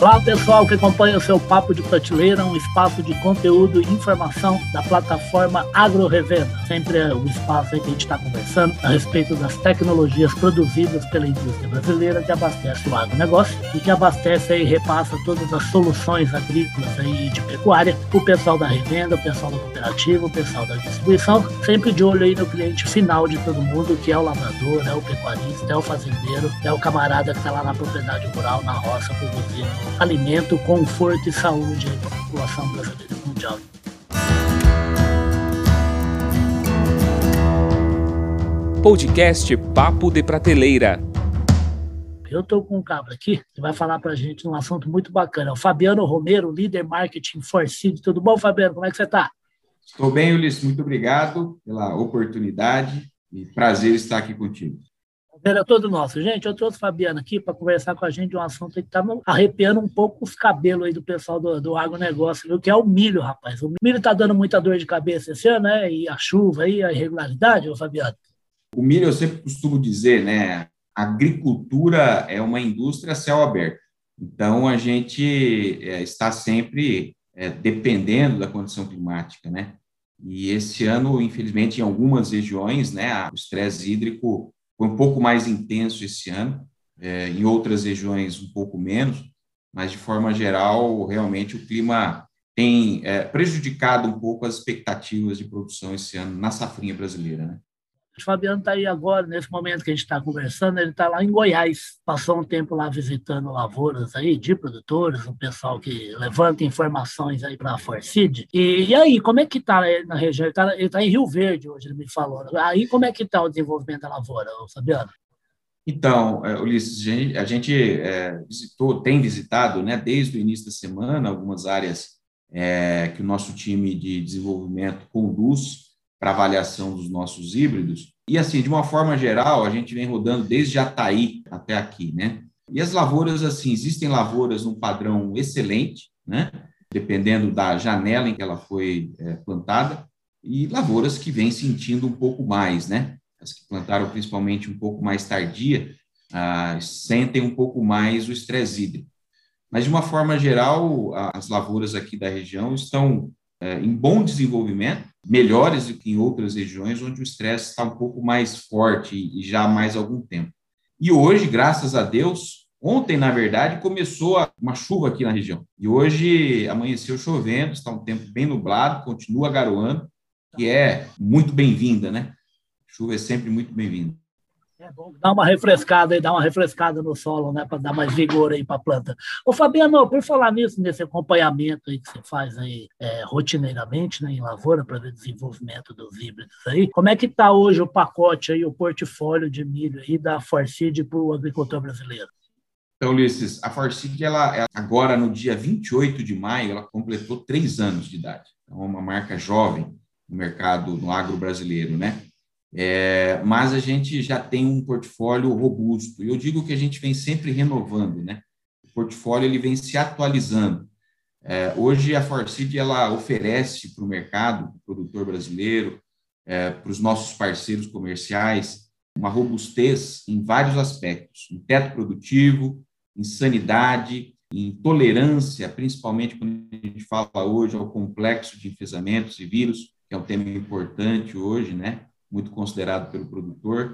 Olá, pessoal que acompanha o seu Papo de Prateleira, um espaço de conteúdo e informação da plataforma AgroRevenda. Sempre é o espaço aí que a gente está conversando a respeito das tecnologias produzidas pela indústria brasileira que abastece o agronegócio e que abastece e repassa todas as soluções agrícolas aí de pecuária para o pessoal da revenda, o pessoal da cooperativa, o pessoal da distribuição, sempre de olho aí no cliente final de todo mundo, que é o lavrador, é o pecuarista, é o fazendeiro, é o camarada que está lá na propriedade rural, na roça, produzindo alimento, conforto e saúde para a população brasileira e mundial. Podcast Papo de Prateleira. Eu estou com um cabra aqui que vai falar para a gente um assunto muito bacana. É o Fabiano Romero, líder marketing Forseed. Tudo bom, Fabiano? Como é que você está? Estou bem, Ulisses. Muito obrigado pela oportunidade e prazer estar aqui contigo. É todo nosso. Gente, eu trouxe o Fabiano aqui para conversar com a gente de um assunto que está arrepiando um pouco os cabelos aí do pessoal do agronegócio, viu? Que é o milho, rapaz. O milho está dando muita dor de cabeça esse ano, né? E a chuva aí, a irregularidade, ô Fabiano? O milho, eu sempre costumo dizer, né? A agricultura é uma indústria a céu aberto. Então, a gente está sempre dependendo da condição climática, né? E esse ano, infelizmente, em algumas regiões, né, o estresse hídrico foi um pouco mais intenso esse ano, em outras regiões um pouco menos, mas, de forma geral, realmente o clima tem prejudicado um pouco as expectativas de produção esse ano na safrinha brasileira, né? O Fabiano está aí agora, nesse momento que a gente está conversando, ele está lá em Goiás, passou um tempo lá visitando lavouras aí de produtores, o pessoal que levanta informações aí para a Forseed. E aí, como é que está na região? Ele tá em Rio Verde hoje, ele me falou. Aí, como é que está o desenvolvimento da lavoura, Fabiano? Então, Ulisses, a gente tem visitado, né, desde o início da semana, algumas áreas que o nosso time de desenvolvimento conduz para avaliação dos nossos híbridos. E, assim, de uma forma geral, a gente vem rodando desde Jataí até aqui, né? E as lavouras, assim, existem lavouras num padrão excelente, né? Dependendo da janela em que ela foi plantada, e lavouras que vêm sentindo um pouco mais, né? As que plantaram principalmente um pouco mais tardia, sentem um pouco mais o estresse hídrico. Mas, de uma forma geral, as lavouras aqui da região estão em bom desenvolvimento, melhores do que em outras regiões, onde o estresse está um pouco mais forte e já há mais algum tempo. E hoje, graças a Deus, ontem, na verdade, começou uma chuva aqui na região. E hoje amanheceu chovendo, está um tempo bem nublado, continua garoando, que é muito bem-vinda, né? Chuva é sempre muito bem-vinda. É bom dar uma refrescada aí, dar uma refrescada no solo, né, para dar mais vigor aí para a planta. Ô, Fabiano, por falar nisso, nesse acompanhamento aí que você faz aí rotineiramente, né, em lavoura, para ver o desenvolvimento dos híbridos aí, como é que está hoje o pacote aí, o portfólio de milho aí da Forseed para o agricultor brasileiro? Então, Ulisses, a Forseed, ela agora, no dia 28 de maio, ela completou 3 anos de idade. Então, é uma marca jovem no mercado, no agro brasileiro, né? Mas a gente já tem um portfólio robusto. E eu digo que a gente vem sempre renovando, né? O portfólio ele vem se atualizando. Hoje, a Forseed ela oferece para o mercado, para o produtor brasileiro, para os nossos parceiros comerciais, uma robustez em vários aspectos, em teto produtivo, em sanidade, em tolerância, principalmente quando a gente fala hoje ao complexo de enfesamentos e vírus, que é um tema importante hoje, né? Muito considerado pelo produtor,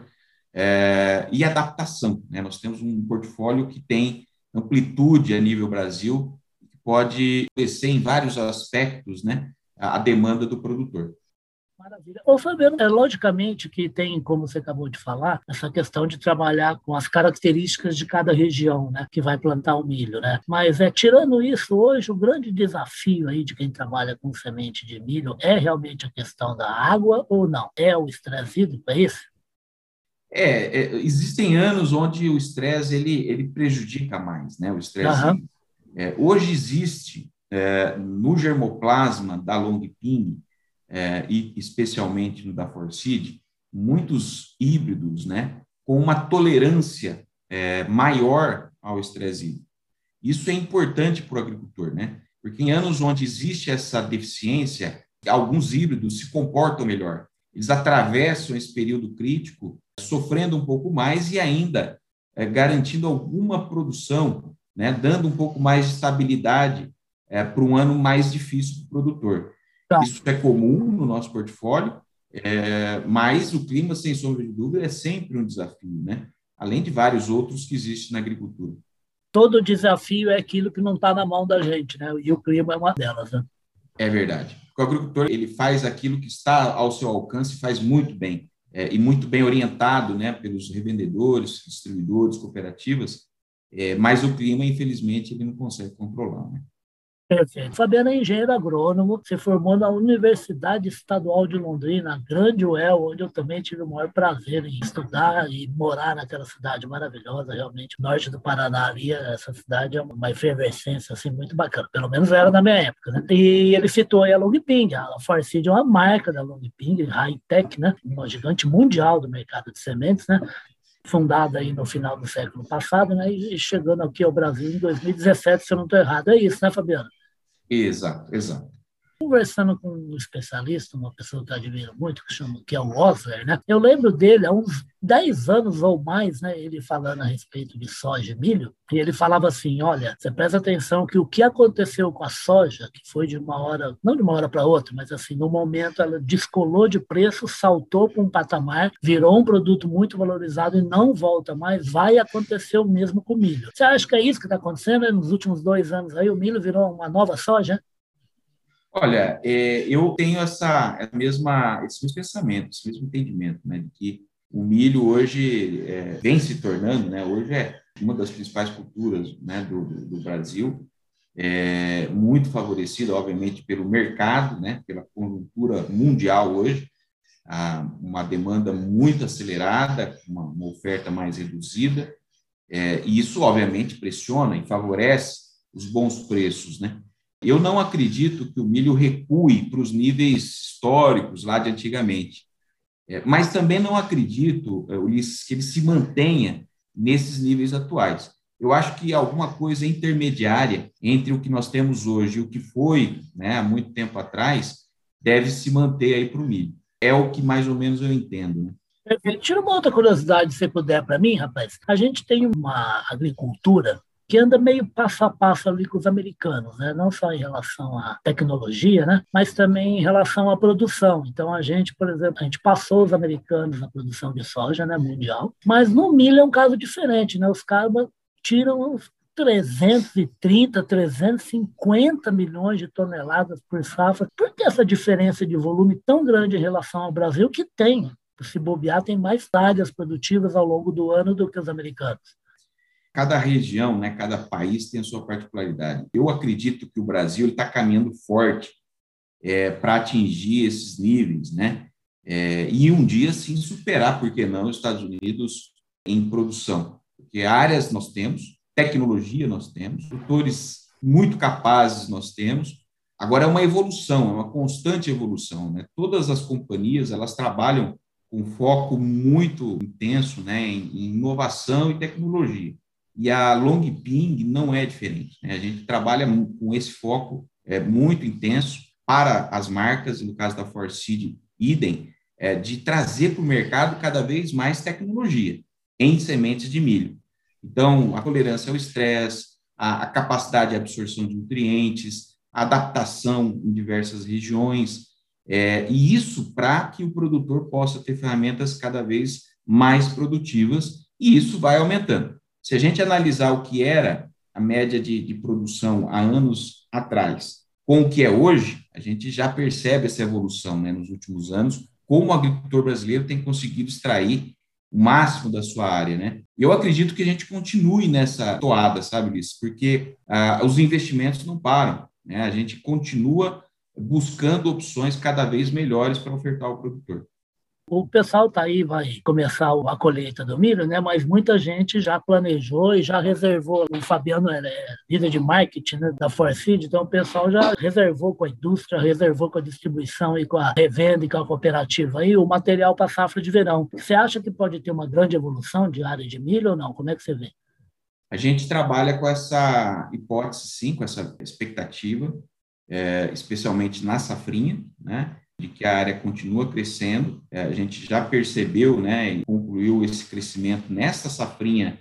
e adaptação, né? Nós temos um portfólio que tem amplitude a nível Brasil, que pode crescer em vários aspectos, né, a demanda do produtor. Maravilha. Ô, Fabiano, logicamente que tem, como você acabou de falar, essa questão de trabalhar com as características de cada região, né, que vai plantar o milho, né? Mas tirando isso, hoje o grande desafio aí de quem trabalha com semente de milho é realmente a questão da água ou não? É o estresse hídrico, é isso? Existem anos onde o estresse ele prejudica mais, né? O estresse hídrico. Hoje existe no germoplasma da Longping, e especialmente no da Forseed, muitos híbridos, né, com uma tolerância maior ao estresse hídrico. Isso é importante para o agricultor, né? Porque em anos onde existe essa deficiência, alguns híbridos se comportam melhor. Eles atravessam esse período crítico sofrendo um pouco mais e ainda garantindo alguma produção né, dando um pouco mais de estabilidade para um ano mais difícil para o produtor. Tá. Isso é comum no nosso portfólio, mas o clima, sem sombra de dúvida, é sempre um desafio, né? Além de vários outros que existem na agricultura. Todo desafio é aquilo que não está na mão da gente, né? E o clima é uma delas, né? É verdade. O agricultor, ele faz aquilo que está ao seu alcance e faz muito bem, e muito bem orientado, né, pelos revendedores, distribuidores, cooperativas, mas o clima, infelizmente, ele não consegue controlar, né? Perfeito. Fabiano é engenheiro agrônomo, se formou na Universidade Estadual de Londrina, a Grande UEL, onde eu também tive o maior prazer em estudar e morar naquela cidade maravilhosa, realmente. O norte do Paraná ali, essa cidade é uma efervescência assim, muito bacana, pelo menos era na minha época, né? E ele citou aí a Longping, a Forseed é uma marca da Longping, high-tech, né? Uma gigante mundial do mercado de sementes, né? Fundada aí no final do século passado, né? E chegando aqui ao Brasil em 2017, se eu não estou errado. É isso, né, Fabiano? Exato, exato. Conversando com um especialista, uma pessoa que eu admiro muito, que é o Osler, né? Eu lembro dele há uns 10 anos ou mais, né? Ele falando a respeito de soja e milho, e ele falava assim, olha, você presta atenção que o que aconteceu com a soja, que foi de uma hora, não de uma hora para outra, mas assim, no momento ela descolou de preço, saltou para um patamar, virou um produto muito valorizado e não volta mais, vai acontecer o mesmo com o milho. Você acha que é isso que está acontecendo, né? Nos últimos 2 anos aí, o milho virou uma nova soja? Olha, eu tenho esse mesmo pensamento, esse mesmo entendimento, né, de que o milho hoje vem se tornando, né, hoje é uma das principais culturas, né, do Brasil, muito favorecida, obviamente, pelo mercado, né, pela conjuntura mundial hoje, uma demanda muito acelerada, uma oferta mais reduzida, e isso, obviamente, pressiona e favorece os bons preços, né? Eu não acredito que o milho recue para os níveis históricos lá de antigamente, mas também não acredito, Ulisses, que ele se mantenha nesses níveis atuais. Eu acho que alguma coisa intermediária entre o que nós temos hoje e o que foi, né, há muito tempo atrás deve se manter aí para o milho. É o que mais ou menos eu entendo, né? Tira uma outra curiosidade, se puder, para mim, rapaz. A gente tem uma agricultura que anda meio passo a passo ali com os americanos, né? Não só em relação à tecnologia, né? Mas também em relação à produção. Então, a gente, por exemplo, a gente passou os americanos na produção de soja, né, mundial, mas no milho é um caso diferente, né? Os caras tiram uns 330, 350 milhões de toneladas por safra. Por que essa diferença de volume tão grande em relação ao Brasil, que tem? Se bobear, tem mais áreas produtivas ao longo do ano do que os americanos. Cada região, né, cada país tem a sua particularidade. Eu acredito que o Brasil está caminhando forte para atingir esses níveis, né? E um dia, sim, superar, por que não, os Estados Unidos em produção. Porque áreas nós temos, tecnologia nós temos, produtores muito capazes nós temos. Agora é uma evolução, é uma constante evolução, né? Todas as companhias, elas trabalham com foco muito intenso, né, em inovação e tecnologia. E a Longping não é diferente, né? A gente trabalha com esse foco muito intenso para as marcas, no caso da Forseed, idem, de trazer para o mercado cada vez mais tecnologia em sementes de milho. Então, a tolerância ao estresse, a capacidade de absorção de nutrientes, a adaptação em diversas regiões, e isso para que o produtor possa ter ferramentas cada vez mais produtivas, e isso vai aumentando. Se a gente analisar o que era a média de produção há anos atrás com o que é hoje, a gente já percebe essa evolução, né, nos últimos anos, como o agricultor brasileiro tem conseguido extrair o máximo da sua área, né? Eu acredito que a gente continue nessa toada, sabe, Ulisses? Porque os investimentos não param, né? A gente continua buscando opções cada vez melhores para ofertar ao produtor. O pessoal está aí, vai começar a colheita do milho, né? Mas muita gente já planejou e já reservou. O Fabiano é líder de marketing, né, da Forseed, então o pessoal já reservou com a indústria, reservou com a distribuição e com a revenda e com a cooperativa aí o material para a safra de verão. Você acha que pode ter uma grande evolução de área de milho ou não? Como é que você vê? A gente trabalha com essa hipótese, sim, com essa expectativa, especialmente na safrinha, né? De que a área continua crescendo. A gente já percebeu, né, e concluiu esse crescimento nessa safrinha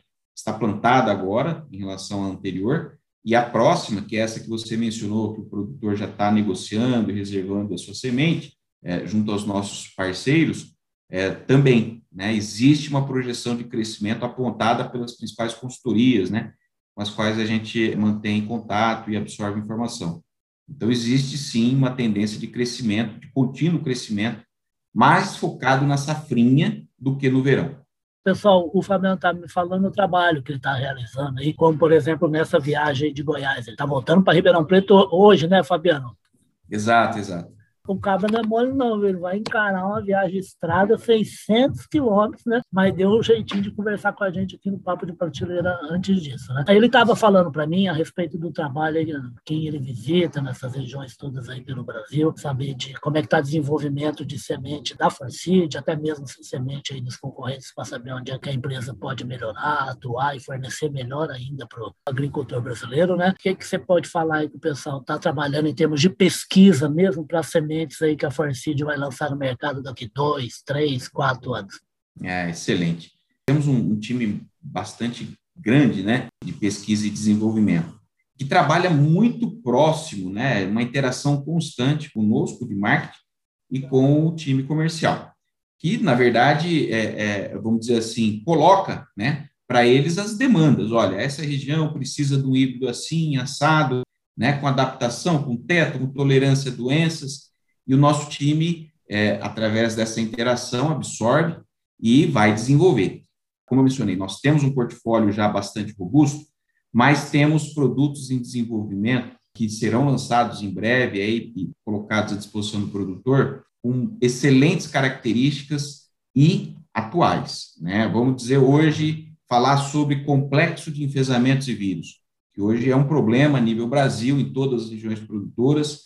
está plantada agora em relação à anterior, e a próxima, que é essa que você mencionou, que o produtor já está negociando e reservando a sua semente, junto aos nossos parceiros, também, né, existe uma projeção de crescimento apontada pelas principais consultorias, né, com as quais a gente mantém contato e absorve informação. Então, existe sim uma tendência de crescimento, de contínuo crescimento, mais focado na safrinha do que no verão. Pessoal, o Fabiano está me falando o trabalho que ele está realizando aí, como, por exemplo, nessa viagem de Goiás. Ele está voltando para Ribeirão Preto hoje, né, Fabiano? Exato, exato. O cabra não é mole, não, ele vai encarar uma viagem de estrada, 600 quilômetros, né? Mas deu um jeitinho de conversar com a gente aqui no Papo de Prateleira antes disso, né? Aí ele estava falando para mim a respeito do trabalho, quem ele visita nessas regiões todas aí pelo Brasil, saber de como é que está o desenvolvimento de semente da Forcid, até mesmo semente aí dos concorrentes, para saber onde é que a empresa pode melhorar, atuar e fornecer melhor ainda para o agricultor brasileiro, né? O que você pode falar aí que o pessoal está trabalhando em termos de pesquisa mesmo para sementes aí que a Forcid vai lançar no mercado daqui 2, 3, 4 anos? Excelente. Temos um time bastante grande, né, de pesquisa e desenvolvimento, que trabalha muito próximo, né, uma interação constante conosco de marketing e com o time comercial, que, na verdade, vamos dizer assim, coloca, né, para eles as demandas. Olha, essa região precisa de um híbrido assim, assado, né, com adaptação, com teto, com tolerância a doenças, e o nosso time, através dessa interação, absorve e vai desenvolver. Como eu mencionei, nós temos um portfólio já bastante robusto, mas temos produtos em desenvolvimento que serão lançados em breve aí, e colocados à disposição do produtor, com excelentes características e atuais, né? Vamos dizer hoje, falar sobre complexo de enfesamentos e vírus, que hoje é um problema a nível Brasil, em todas as regiões produtoras,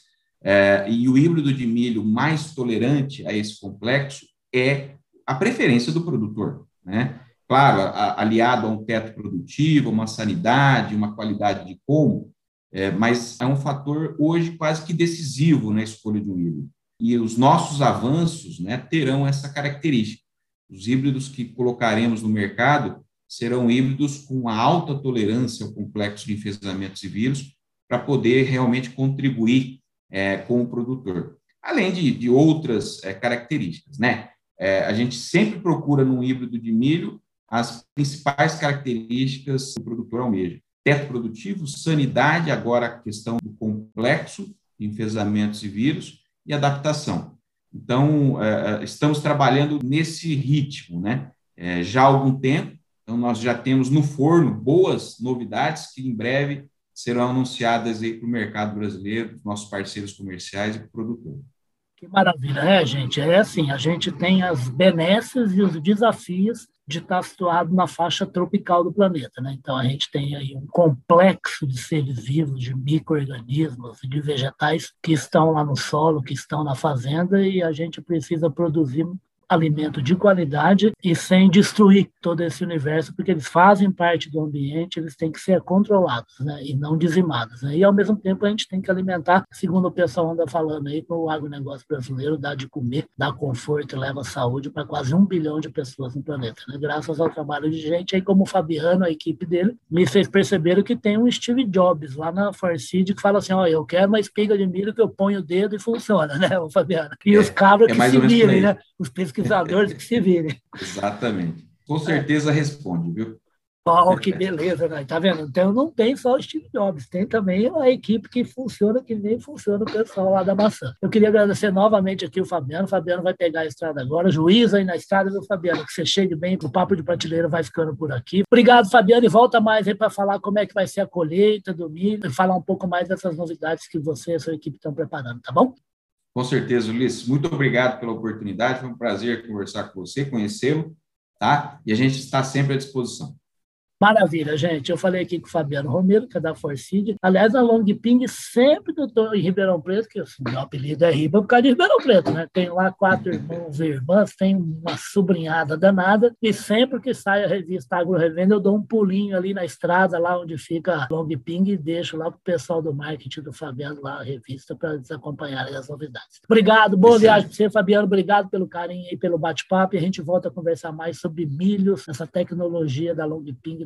e o híbrido de milho mais tolerante a esse complexo é a preferência do produtor, né? Claro, aliado a um teto produtivo, uma sanidade, uma qualidade de como, mas é um fator hoje quase que decisivo na escolha de um híbrido. E os nossos avanços, né, terão essa característica. Os híbridos que colocaremos no mercado serão híbridos com uma alta tolerância ao complexo de enfesamentos e vírus para poder realmente contribuir com o produtor, além de outras características, né? A gente sempre procura num híbrido de milho as principais características que o produtor almeja. Teto produtivo, sanidade, agora a questão do complexo de enfesamentos e vírus e adaptação. Então, estamos trabalhando nesse ritmo, né? Já há algum tempo, então nós já temos no forno boas novidades que em breve serão anunciadas aí para o mercado brasileiro, nossos parceiros comerciais e para o produtor. Que maravilha, gente? É assim, a gente tem as benesses e os desafios de estar situado na faixa tropical do planeta, né? Então, a gente tem aí um complexo de seres vivos, de micro-organismos, de vegetais que estão lá no solo, que estão na fazenda, e a gente precisa produzir alimento de qualidade e sem destruir todo esse universo, porque eles fazem parte do ambiente, eles têm que ser controlados, né, e não dizimados, né? E, ao mesmo tempo, a gente tem que alimentar, segundo o pessoal anda falando aí, que o agronegócio brasileiro dá de comer, dá conforto e leva saúde para quase 1 bilhão de pessoas no planeta, né? Graças ao trabalho de gente aí como o Fabiano, a equipe dele, me fez perceber que tem um Steve Jobs lá na Forcid que fala assim, ó, eu quero uma espiga de milho que eu ponho o dedo e funciona, né, o Fabiano? E os cabras que se virem, né? Os pesquisadores que se virem. Exatamente. Com certeza responde, viu? Oh, que beleza, né? Tá vendo? Então não tem só o Steve Jobs, tem também a equipe que funciona que nem funciona o pessoal lá da maçã. Eu queria agradecer novamente aqui o Fabiano. O Fabiano vai pegar a estrada agora. Juiz aí na estrada, viu, Fabiano? Que você chegue bem, o Papo de Prateleira vai ficando por aqui. Obrigado, Fabiano, e volta mais aí para falar como é que vai ser a colheita do milho e falar um pouco mais dessas novidades que você e a sua equipe estão preparando, tá bom? Com certeza, Ulisses. Muito obrigado pela oportunidade. Foi um prazer conversar com você, conhecê-lo, tá? E a gente está sempre à disposição. Maravilha, gente. Eu falei aqui com o Fabiano Romero, que é da Forcid. Aliás, a Long Ping sempre que eu estou em Ribeirão Preto, que o meu apelido é Riba por causa de Ribeirão Preto, né? Tem lá 4 irmãos e irmãs, tem uma sobrinhada danada, e sempre que sai a revista Agro Revenda, eu dou um pulinho ali na estrada, lá onde fica a Long Ping, e deixo lá para o pessoal do marketing do Fabiano lá a revista para eles acompanharem as novidades. Obrigado, boa viagem para você, Fabiano. Obrigado pelo carinho e pelo bate-papo. E a gente volta a conversar mais sobre milhos, essa tecnologia da Long Ping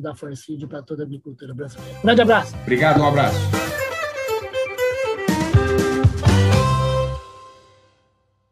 da Forcídio para toda a agricultura brasileira. Grande abraço. Obrigado, um abraço.